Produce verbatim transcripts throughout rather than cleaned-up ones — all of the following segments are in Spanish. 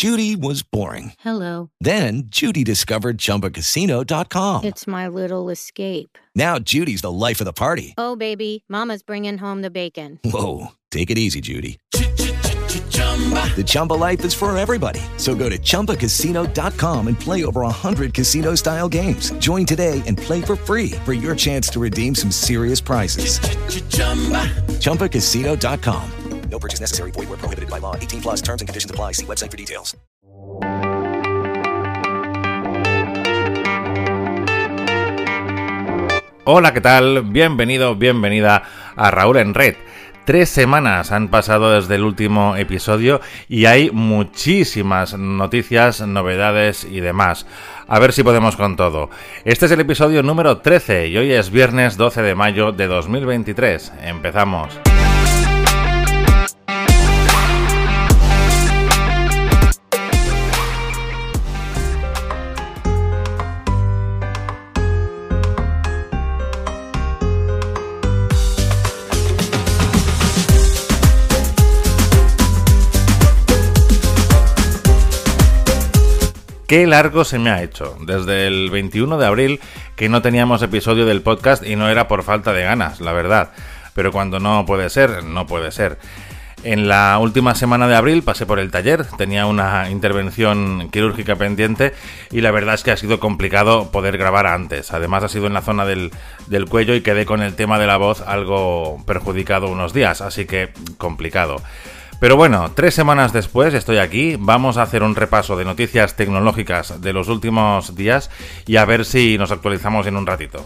Judy was boring. Hello. Then Judy discovered Chumba Casino dot com. It's my little escape. Now Judy's the life of the party. Oh, baby, mama's bringing home the bacon. Whoa, take it easy, Judy. The Chumba life is for everybody. So go to Chumba Casino dot com and play over one hundred casino-style games. Join today and play for free for your chance to redeem some serious prizes. Chumba Casino dot com. No purchase necessary. Void where prohibited by law. eighteen plus terms and conditions apply. See website for details. Hola, ¿qué tal? Bienvenido, bienvenida a Raúl en Red. Tres semanas han pasado desde el último episodio y hay muchísimas noticias, novedades y demás. A ver si podemos con todo. Este es el episodio número trece y hoy es viernes doce de mayo de dos mil veintitrés. Empezamos. Qué largo se me ha hecho, desde el veintiuno de abril que no teníamos episodio del podcast y no era por falta de ganas, la verdad. Pero cuando no puede ser, no puede ser. En la última semana de abril pasé por el taller, tenía una intervención quirúrgica pendiente y la verdad es que ha sido complicado poder grabar antes. Además ha sido en la zona del, del cuello y quedé con el tema de la voz algo perjudicado unos días, así que complicado. Pero bueno, tres semanas después estoy aquí, vamos a hacer un repaso de noticias tecnológicas de los últimos días y a ver si nos actualizamos en un ratito.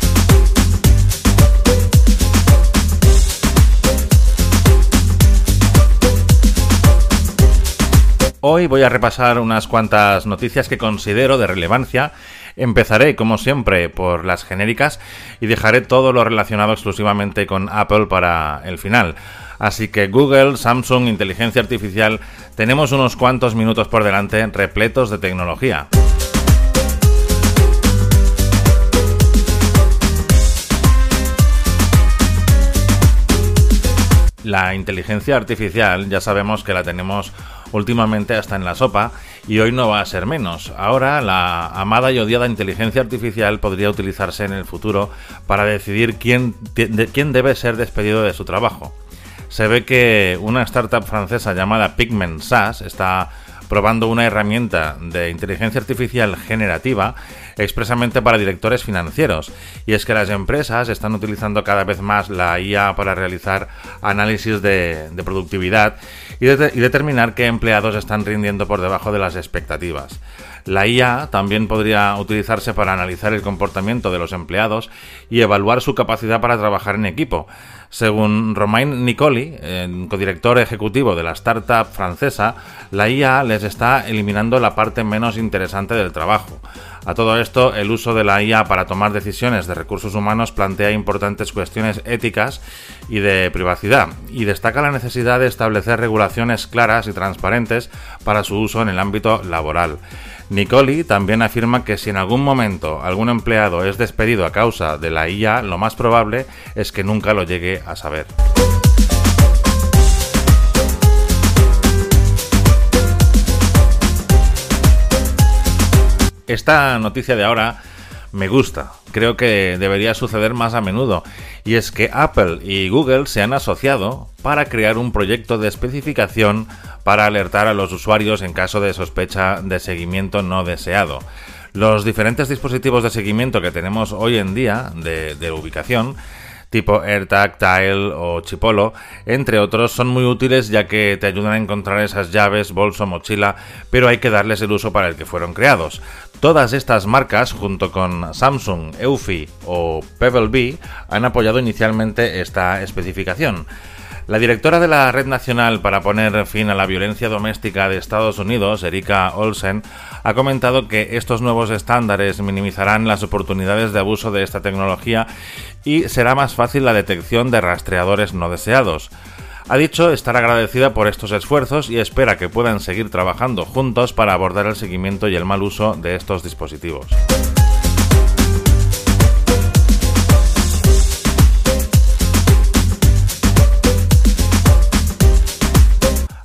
Hoy voy a repasar unas cuantas noticias que considero de relevancia. Empezaré, como siempre, por las genéricas y dejaré todo lo relacionado exclusivamente con Apple para el final. Así que Google, Samsung, inteligencia artificial, tenemos unos cuantos minutos por delante repletos de tecnología. La inteligencia artificial ya sabemos que la tenemos últimamente hasta en la sopa y hoy no va a ser menos. Ahora la amada y odiada inteligencia artificial podría utilizarse en el futuro para decidir quién, de, quién debe ser despedido de su trabajo. Se ve que una startup francesa llamada Pigment S A S está probando una herramienta de inteligencia artificial generativa expresamente para directores financieros. Y es que las empresas están utilizando cada vez más la I A para realizar análisis de, de productividad y, de, y determinar qué empleados están rindiendo por debajo de las expectativas. La I A también podría utilizarse para analizar el comportamiento de los empleados y evaluar su capacidad para trabajar en equipo. Según Romain Nicoli, el codirector ejecutivo de la startup francesa, la I A les está eliminando la parte menos interesante del trabajo. A todo esto, el uso de la I A para tomar decisiones de recursos humanos plantea importantes cuestiones éticas y de privacidad, y destaca la necesidad de establecer regulaciones claras y transparentes para su uso en el ámbito laboral. Nicoli también afirma que si en algún momento algún empleado es despedido a causa de la I A, lo más probable es que nunca lo llegue a saber. Esta noticia de ahora me gusta, creo que debería suceder más a menudo, y es que Apple y Google se han asociado para crear un proyecto de especificación para alertar a los usuarios en caso de sospecha de seguimiento no deseado. Los diferentes dispositivos de seguimiento que tenemos hoy en día de, de ubicación, tipo AirTag, Tile o Chipolo, entre otros, son muy útiles ya que te ayudan a encontrar esas llaves, bolso, mochila, pero hay que darles el uso para el que fueron creados. Todas estas marcas, junto con Samsung, Eufy o Pebblebee, han apoyado inicialmente esta especificación. La directora de la Red Nacional para poner fin a la violencia doméstica de Estados Unidos, Erika Olsen, ha comentado que estos nuevos estándares minimizarán las oportunidades de abuso de esta tecnología y será más fácil la detección de rastreadores no deseados. Ha dicho estar agradecida por estos esfuerzos y espera que puedan seguir trabajando juntos para abordar el seguimiento y el mal uso de estos dispositivos.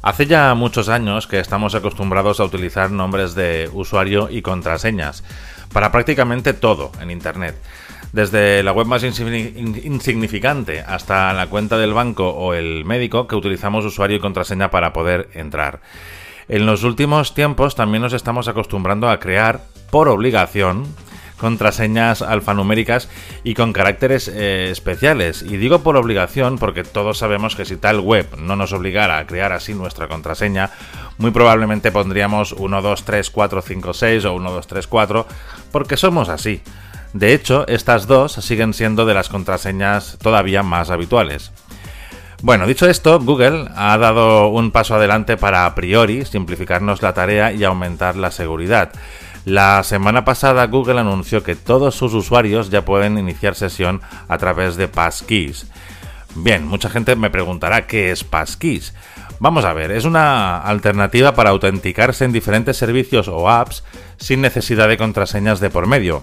Hace ya muchos años que estamos acostumbrados a utilizar nombres de usuario y contraseñas para prácticamente todo en Internet. Desde la web más insignificante hasta la cuenta del banco o el médico, que utilizamos usuario y contraseña para poder entrar. En los últimos tiempos también nos estamos acostumbrando a crear, por obligación, contraseñas alfanuméricas y con caracteres eh, especiales. Y digo por obligación porque todos sabemos que si tal web no nos obligara a crear así nuestra contraseña, muy probablemente pondríamos uno dos tres cuatro cinco seis o uno dos tres cuatro, porque somos así. De hecho, estas dos siguen siendo de las contraseñas todavía más habituales. Bueno, dicho esto, Google ha dado un paso adelante para a priori simplificarnos la tarea y aumentar la seguridad. La semana pasada Google anunció que todos sus usuarios ya pueden iniciar sesión a través de Passkeys. Bien, mucha gente me preguntará ¿qué es Passkeys? Vamos a ver, es una alternativa para autenticarse en diferentes servicios o apps sin necesidad de contraseñas de por medio,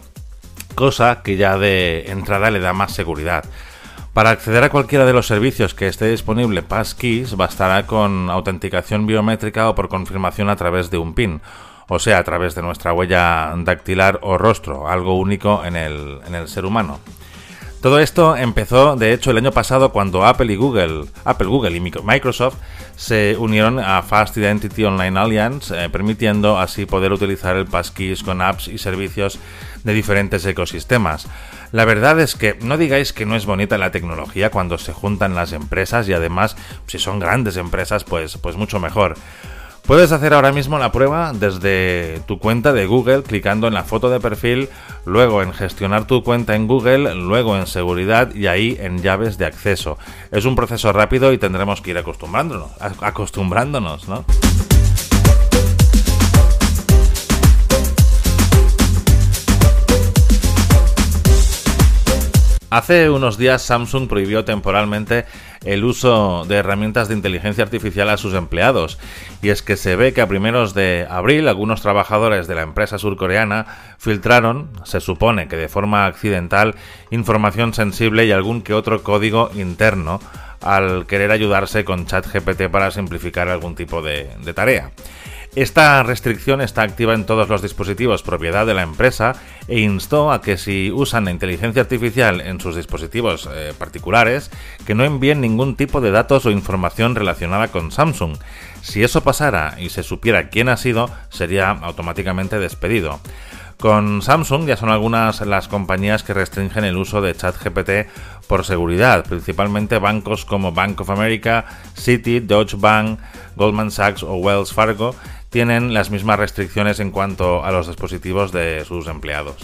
cosa que ya de entrada le da más seguridad. Para acceder a cualquiera de los servicios que esté disponible Passkeys bastará con autenticación biométrica o por confirmación a través de un PIN, o sea, a través de nuestra huella dactilar o rostro, algo único en el, en el ser humano. Todo esto empezó, de hecho, el año pasado cuando Apple y Google, Apple, Google y Microsoft se unieron a Fast Identity Online Alliance, eh, permitiendo así poder utilizar el Passkeys con apps y servicios de diferentes ecosistemas. La verdad es que no digáis que no es bonita la tecnología cuando se juntan las empresas y además, si son grandes empresas, pues, pues mucho mejor. Puedes hacer ahora mismo la prueba desde tu cuenta de Google clicando en la foto de perfil, luego en gestionar tu cuenta en Google, luego en seguridad y ahí en llaves de acceso. Es un proceso rápido y tendremos que ir acostumbrándonos, acostumbrándonos, ¿no? Hace unos días Samsung prohibió temporalmente el uso de herramientas de inteligencia artificial a sus empleados, y es que se ve que a primeros de abril algunos trabajadores de la empresa surcoreana filtraron, se supone que de forma accidental, información sensible y algún que otro código interno al querer ayudarse con ChatGPT para simplificar algún tipo de, de tarea. Esta restricción está activa en todos los dispositivos propiedad de la empresa e instó a que si usan la inteligencia artificial en sus dispositivos eh, particulares, que no envíen ningún tipo de datos o información relacionada con Samsung. Si eso pasara y se supiera quién ha sido, sería automáticamente despedido. Con Samsung ya son algunas las compañías que restringen el uso de ChatGPT por seguridad, principalmente bancos como Bank of America, Citi, Deutsche Bank, Goldman Sachs o Wells Fargo tienen las mismas restricciones en cuanto a los dispositivos de sus empleados.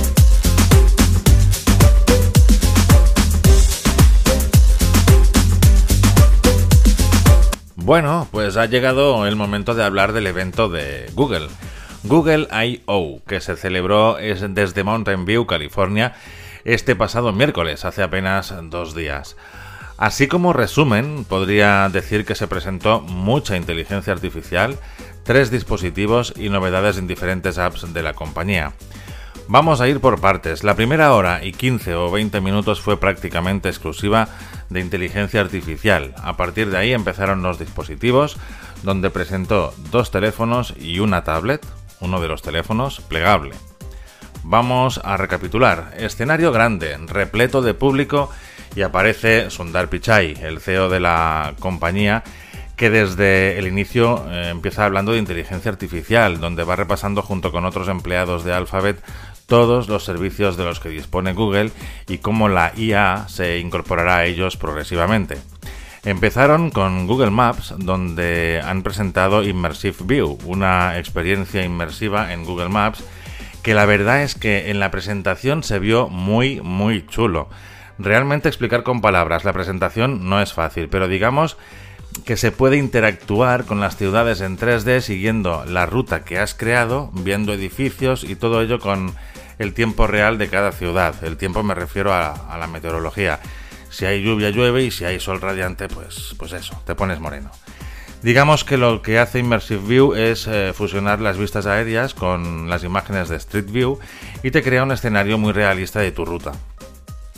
Bueno, pues ha llegado el momento de hablar del evento de Google. Google I O, que se celebró desde Mountain View, California, este pasado miércoles, hace apenas dos días. Así como resumen, podría decir que se presentó mucha inteligencia artificial, tres dispositivos y novedades en diferentes apps de la compañía. Vamos a ir por partes. La primera hora y quince o veinte minutos fue prácticamente exclusiva de inteligencia artificial. A partir de ahí empezaron los dispositivos, donde presentó dos teléfonos y una tablet, uno de los teléfonos plegable. Vamos a recapitular. Escenario grande, repleto de público, y aparece Sundar Pichai, el C E O de la compañía, que desde el inicio eh, empieza hablando de inteligencia artificial, donde va repasando junto con otros empleados de Alphabet todos los servicios de los que dispone Google y cómo la I A se incorporará a ellos progresivamente. Empezaron con Google Maps, donde han presentado Immersive View, una experiencia inmersiva en Google Maps, que la verdad es que en la presentación se vio muy, muy chulo. Realmente explicar con palabras la presentación no es fácil, pero digamos que se puede interactuar con las ciudades en tres D siguiendo la ruta que has creado, viendo edificios y todo ello con el tiempo real de cada ciudad. El tiempo me refiero a, a la meteorología. Si hay lluvia, llueve, y si hay sol radiante, pues, pues eso, te pones moreno. Digamos que lo que hace Immersive View es eh, fusionar las vistas aéreas con las imágenes de Street View y te crea un escenario muy realista de tu ruta.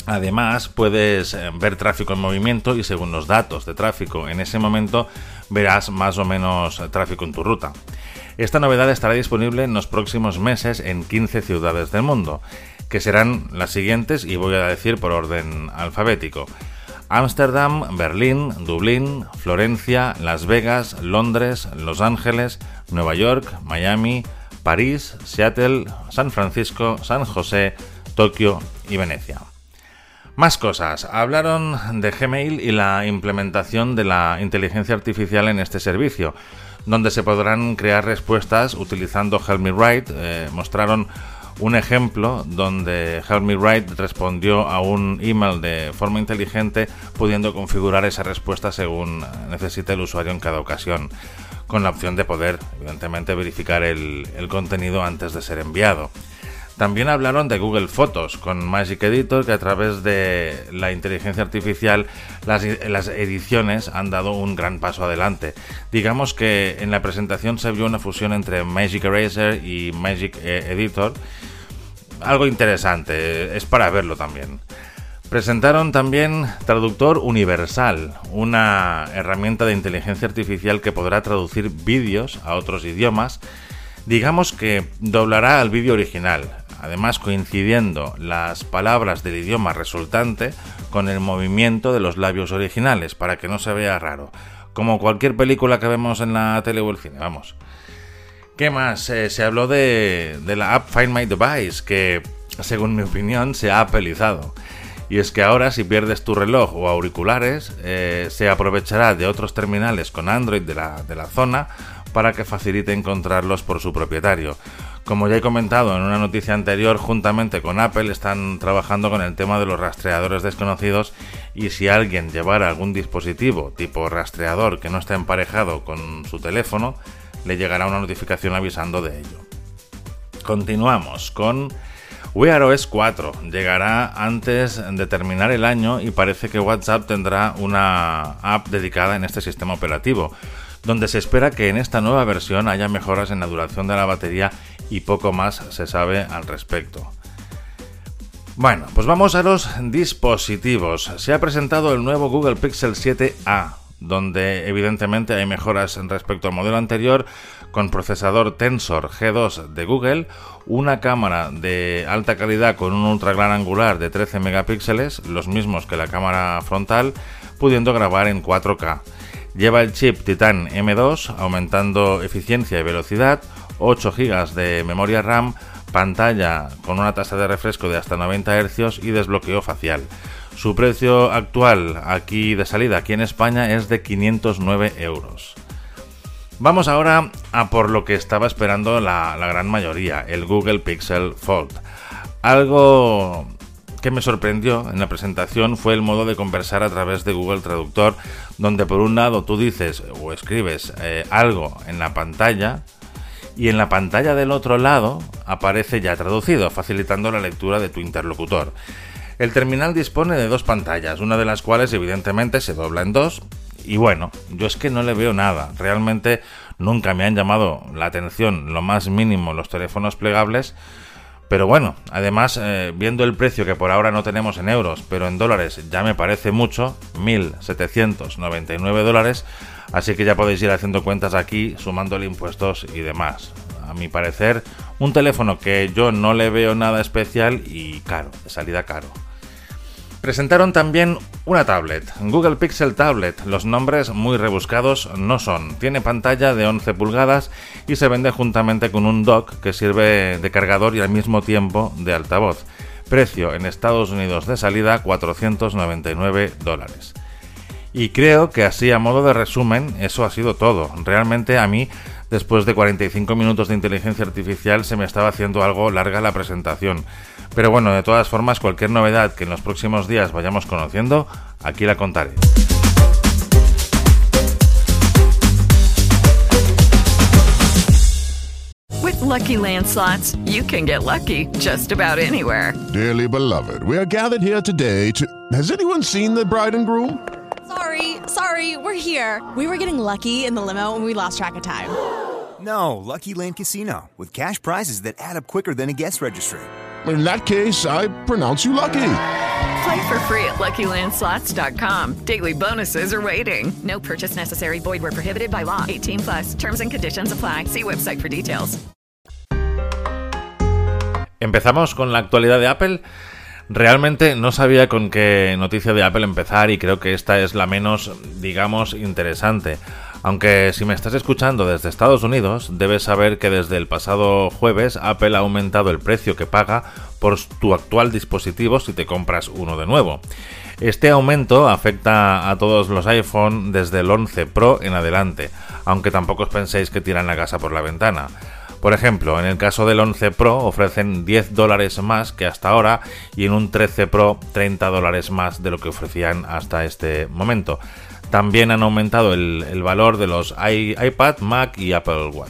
Además, puedes ver tráfico en movimiento y según los datos de tráfico en ese momento verás más o menos tráfico en tu ruta. Esta novedad estará disponible en los próximos meses en quince ciudades del mundo, que serán las siguientes y voy a decir por orden alfabético: Ámsterdam, Berlín, Dublín, Florencia, Las Vegas, Londres, Los Ángeles, Nueva York, Miami, París, Seattle, San Francisco, San José, Tokio y Venecia. Más cosas. Hablaron de Gmail y la implementación de la inteligencia artificial en este servicio, donde se podrán crear respuestas utilizando Help Me Write. Eh, mostraron un ejemplo donde Help Me Write respondió a un email de forma inteligente, pudiendo configurar esa respuesta según necesite el usuario en cada ocasión, con la opción de poder, evidentemente, verificar el, el contenido antes de ser enviado. También hablaron de Google Fotos con Magic Editor, que a través de la inteligencia artificial las, las ediciones han dado un gran paso adelante. Digamos que en la presentación se vio una fusión entre Magic Eraser y Magic Editor, algo interesante, es para verlo también. Presentaron también Traductor Universal, una herramienta de inteligencia artificial que podrá traducir vídeos a otros idiomas. Digamos que doblará al vídeo original, además coincidiendo las palabras del idioma resultante con el movimiento de los labios originales, para que no se vea raro, como cualquier película que vemos en la tele o el cine, vamos. ¿Qué más? Eh, se habló de, de la app Find My Device, que, según mi opinión, se ha apelizado. Y es que ahora, si pierdes tu reloj o auriculares, eh, se aprovechará de otros terminales con Android de la, de la zona para que facilite encontrarlos por su propietario. Como ya he comentado en una noticia anterior, juntamente con Apple están trabajando con el tema de los rastreadores desconocidos, y si alguien llevara algún dispositivo tipo rastreador que no está emparejado con su teléfono, le llegará una notificación avisando de ello. Continuamos con Wear O S cuatro. Llegará antes de terminar el año y parece que WhatsApp tendrá una app dedicada en este sistema operativo, donde se espera que en esta nueva versión haya mejoras en la duración de la batería y poco más se sabe al respecto. Bueno, pues vamos a los dispositivos. Se ha presentado el nuevo Google Pixel siete a, donde evidentemente hay mejoras respecto al modelo anterior, con procesador Tensor G dos de Google, una cámara de alta calidad con un ultra gran angular de trece megapíxeles, los mismos que la cámara frontal, pudiendo grabar en cuatro K. Lleva el chip Titan M dos, aumentando eficiencia y velocidad, ocho gigas de memoria RAM, pantalla con una tasa de refresco de hasta noventa hercios y desbloqueo facial. Su precio actual aquí de salida, aquí en España, es de quinientos nueve euros. Vamos ahora a por lo que estaba esperando la, la gran mayoría, el Google Pixel Fold. Algo que me sorprendió en la presentación fue el modo de conversar a través de Google Traductor, donde por un lado tú dices o escribes eh, algo en la pantalla y en la pantalla del otro lado aparece ya traducido, facilitando la lectura de tu interlocutor. El terminal dispone de dos pantallas, una de las cuales evidentemente se dobla en dos, y bueno, yo es que no le veo nada. Realmente nunca me han llamado la atención lo más mínimo los teléfonos plegables, pero bueno, además eh, viendo el precio, que por ahora no tenemos en euros, pero en dólares ya me parece mucho, mil setecientos noventa y nueve dólares, así que ya podéis ir haciendo cuentas aquí, sumándole impuestos y demás. A mi parecer, un teléfono que yo no le veo nada especial y caro, de salida caro. Presentaron también una tablet, Google Pixel Tablet. Los nombres muy rebuscados no son. Tiene pantalla de once pulgadas y se vende juntamente con un dock que sirve de cargador y al mismo tiempo de altavoz. Precio en Estados Unidos de salida cuatrocientos noventa y nueve dólares. Y creo que así, a modo de resumen, eso ha sido todo. Realmente a mí, después de cuarenta y cinco minutos de inteligencia artificial, se me estaba haciendo algo larga la presentación. Pero bueno, de todas formas, cualquier novedad que en los próximos días vayamos conociendo, aquí la contaré. With Lucky Land Slots, you can get lucky just about anywhere. Dearly beloved, we are gathered here today to... Has anyone seen the bride and groom? Sorry, sorry, we're here. We were getting lucky in the limo and we lost track of time. No, Lucky Land Casino, with cash prizes that add up quicker than a guest registry. In that case, I pronounce you lucky. Play for free at lucky land slots dot com. Daily bonuses are waiting. No purchase necessary. Void where prohibited by law. eighteen plus. Terms and conditions apply. See website for details. Empezamos con la actualidad de Apple. Realmente no sabía con qué noticia de Apple empezar y creo que esta es la menos, digamos, interesante. Aunque si me estás escuchando desde Estados Unidos, debes saber que desde el pasado jueves Apple ha aumentado el precio que paga por tu actual dispositivo si te compras uno de nuevo. Este aumento afecta a todos los iPhone desde el once Pro en adelante, aunque tampoco os penséis que tiran la casa por la ventana. Por ejemplo, en el caso del once Pro ofrecen diez dólares más que hasta ahora y en un trece Pro treinta dólares más de lo que ofrecían hasta este momento. También han aumentado el, el valor de los iPad, Mac y Apple Watch.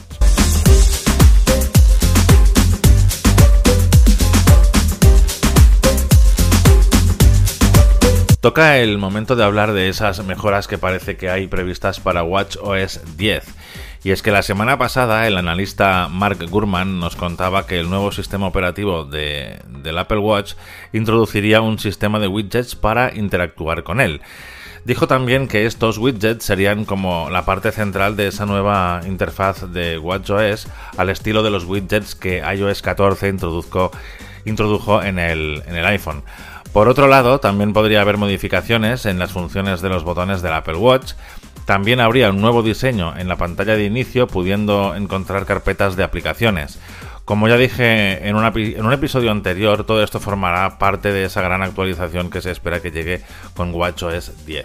Toca el momento de hablar de esas mejoras que parece que hay previstas para WatchOS diez. Y es que la semana pasada el analista Mark Gurman nos contaba que el nuevo sistema operativo de, del Apple Watch introduciría un sistema de widgets para interactuar con él. Dijo también que estos widgets serían como la parte central de esa nueva interfaz de WatchOS, al estilo de los widgets que iOS catorce introdujo, introdujo en el, en el iPhone. Por otro lado, también podría haber modificaciones en las funciones de los botones del Apple Watch. También habría un nuevo diseño en la pantalla de inicio, pudiendo encontrar carpetas de aplicaciones. Como ya dije en, una, en un episodio anterior, todo esto formará parte de esa gran actualización que se espera que llegue con WatchOS diez.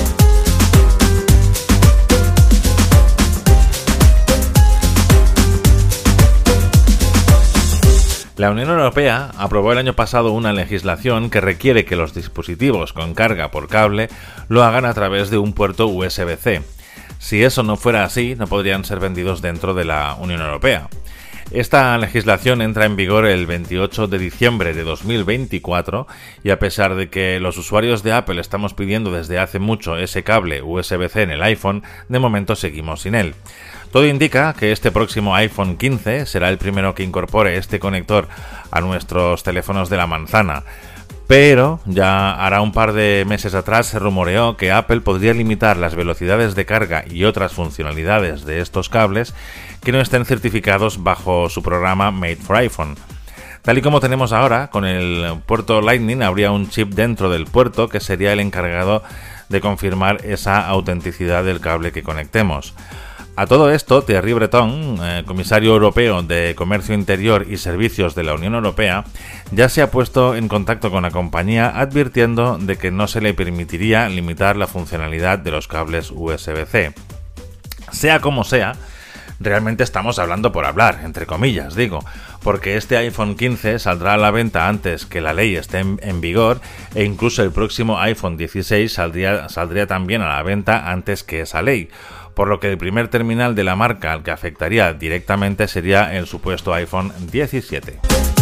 La Unión Europea aprobó el año pasado una legislación que requiere que los dispositivos con carga por cable lo hagan a través de un puerto U S B C. Si eso no fuera así, no podrían ser vendidos dentro de la Unión Europea. Esta legislación entra en vigor el veintiocho de diciembre de dos mil veinticuatro y a pesar de que los usuarios de Apple estamos pidiendo desde hace mucho ese cable U S B C en el iPhone, de momento seguimos sin él. Todo indica que este próximo iPhone quince será el primero que incorpore este conector a nuestros teléfonos de la manzana. Pero ya hará un par de meses atrás se rumoreó que Apple podría limitar las velocidades de carga y otras funcionalidades de estos cables que no estén certificados bajo su programa Made for iPhone. Tal y como tenemos ahora, con el puerto Lightning habría un chip dentro del puerto que sería el encargado de confirmar esa autenticidad del cable que conectemos. A todo esto, Thierry Breton, eh, comisario europeo de Comercio Interior y Servicios de la Unión Europea, ya se ha puesto en contacto con la compañía advirtiendo de que no se le permitiría limitar la funcionalidad de los cables U S B C. Sea como sea, realmente estamos hablando por hablar, entre comillas, digo, porque este iPhone quince saldrá a la venta antes que la ley esté en, en vigor e incluso el próximo iPhone dieciséis saldría, saldría también a la venta antes que esa ley. Por lo que el primer terminal de la marca al que afectaría directamente sería el supuesto iPhone diecisiete.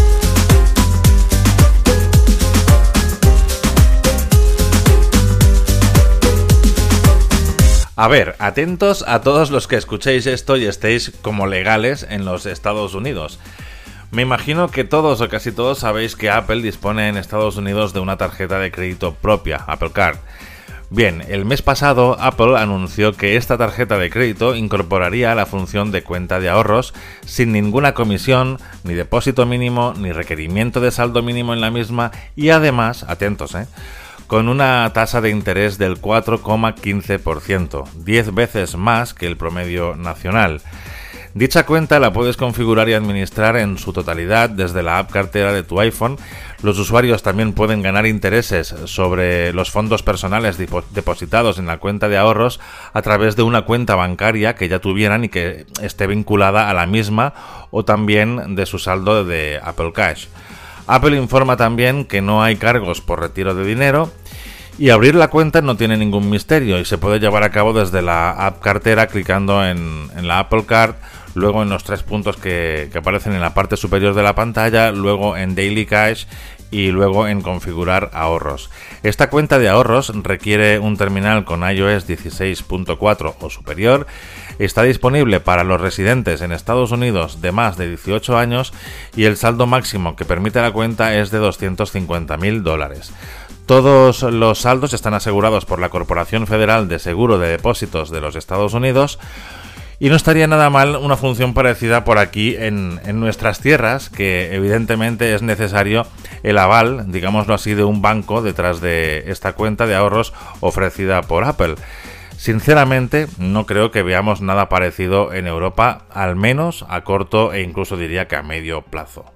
A ver, atentos a todos los que escuchéis esto y estéis como legales en los Estados Unidos. Me imagino que todos o casi todos sabéis que Apple dispone en Estados Unidos de una tarjeta de crédito propia, Apple Card. Bien, el mes pasado Apple anunció que esta tarjeta de crédito incorporaría la función de cuenta de ahorros sin ninguna comisión, ni depósito mínimo, ni requerimiento de saldo mínimo en la misma y además, atentos, eh, con una tasa de interés del cuatro coma quince por ciento, diez veces más que el promedio nacional. Dicha cuenta la puedes configurar y administrar en su totalidad desde la app cartera de tu iPhone. Los usuarios también pueden ganar intereses sobre los fondos personales depositados en la cuenta de ahorros a través de una cuenta bancaria que ya tuvieran y que esté vinculada a la misma o también de su saldo de Apple Cash. Apple informa también que no hay cargos por retiro de dinero. Y abrir la cuenta no tiene ningún misterio y se puede llevar a cabo desde la app cartera clicando en, en la Apple Card, luego en los tres puntos que, que aparecen en la parte superior de la pantalla, luego en Daily Cash y luego en configurar ahorros. Esta cuenta de ahorros requiere un terminal con iOS dieciséis punto cuatro o superior. Está disponible para los residentes en Estados Unidos de más de dieciocho años y el saldo máximo que permite la cuenta es de doscientos cincuenta mil dólares. Todos los saldos están asegurados por la Corporación Federal de Seguro de Depósitos de los Estados Unidos y no estaría nada mal una función parecida por aquí en, en nuestras tierras, que evidentemente es necesario el aval, digámoslo así, de un banco detrás de esta cuenta de ahorros ofrecida por Apple. Sinceramente, no creo que veamos nada parecido en Europa, al menos a corto e incluso diría que a medio plazo.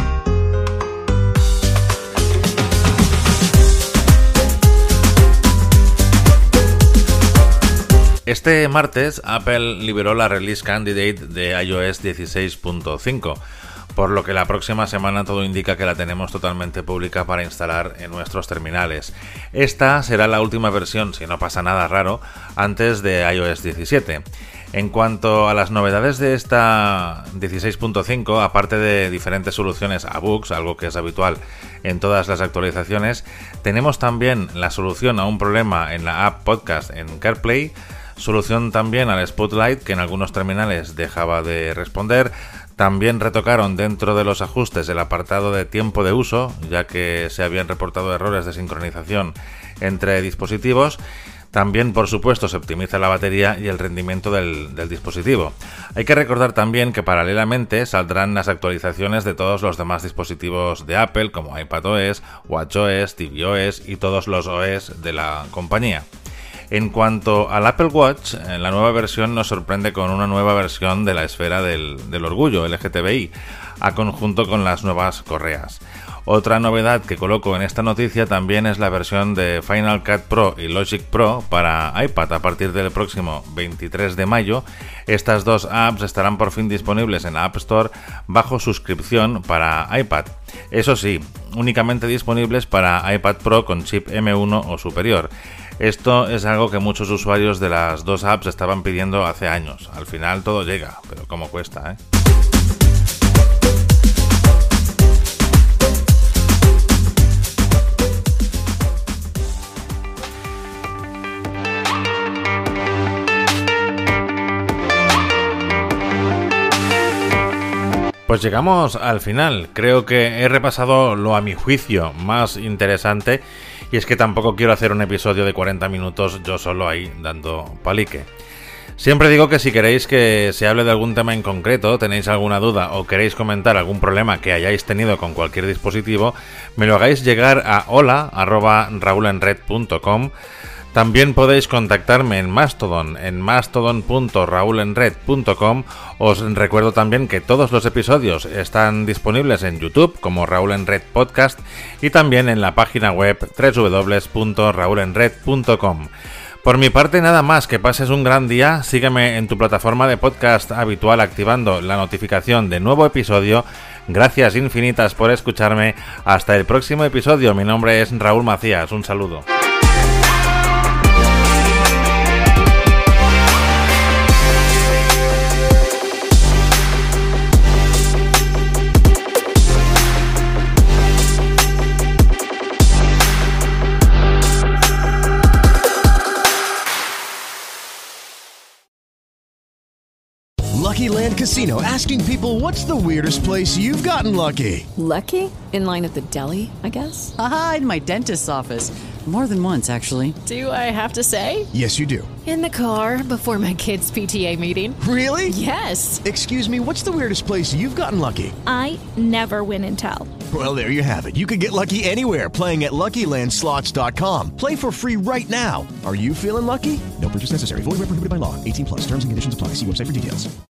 Este martes, Apple liberó la Release Candidate de iOS dieciséis punto cinco, por lo que la próxima semana todo indica que la tenemos totalmente pública para instalar en nuestros terminales. Esta será la última versión, si no pasa nada raro, antes de iOS diecisiete. En cuanto a las novedades de esta dieciséis punto cinco, aparte de diferentes soluciones a bugs, algo que es habitual en todas las actualizaciones, tenemos también la solución a un problema en la app Podcast en CarPlay, solución también al Spotlight, que en algunos terminales dejaba de responder. También retocaron dentro de los ajustes el apartado de tiempo de uso, ya que se habían reportado errores de sincronización entre dispositivos. También, por supuesto, se optimiza la batería y el rendimiento del, del dispositivo. Hay que recordar también que paralelamente saldrán las actualizaciones de todos los demás dispositivos de Apple, como iPadOS, WatchOS, tvOS y todos los O S de la compañía. En cuanto al Apple Watch, la nueva versión nos sorprende con una nueva versión de la esfera del, del orgullo L G T B I, a conjunto con las nuevas correas. Otra novedad que coloco en esta noticia también es la versión de Final Cut Pro y Logic Pro para iPad a partir del próximo veintitrés de mayo. Estas dos apps estarán por fin disponibles en la App Store bajo suscripción para iPad. Eso sí, únicamente disponibles para iPad Pro con chip M uno o superior. Esto es algo que muchos usuarios de las dos apps estaban pidiendo hace años. Al final todo llega, pero cómo cuesta, ¿eh? Pues llegamos al final. Creo que he repasado lo a mi juicio más interesante, y es que tampoco quiero hacer un episodio de cuarenta minutos yo solo ahí dando palique. Siempre digo que si queréis que se hable de algún tema en concreto, tenéis alguna duda o queréis comentar algún problema que hayáis tenido con cualquier dispositivo, me lo hagáis llegar a hola arroba raulenred punto com. También podéis contactarme en Mastodon, en mastodon punto raulenred punto com. Os recuerdo también que todos los episodios están disponibles en YouTube como Raúl en Red Podcast y también en la página web doble u doble u doble u punto raulenred punto com. Por mi parte nada más, que pases un gran día, sígueme en tu plataforma de podcast habitual activando la notificación de nuevo episodio. Gracias infinitas por escucharme, hasta el próximo episodio. Mi nombre es Raúl Macías, un saludo. Lucky Land Casino, asking people, what's the weirdest place you've gotten lucky? Lucky? In line at the deli, I guess? Aha, in my dentist's office. More than once, actually. Do I have to say? Yes, you do. In the car before my kids' P T A meeting. Really? Yes. Excuse me, what's the weirdest place you've gotten lucky? I never win and tell. Well, there you have it. You can get lucky anywhere, playing at lucky land slots dot com. Play for free right now. Are you feeling lucky? No purchase necessary. Void where prohibited by law. eighteen plus. Terms and conditions apply. See website for details.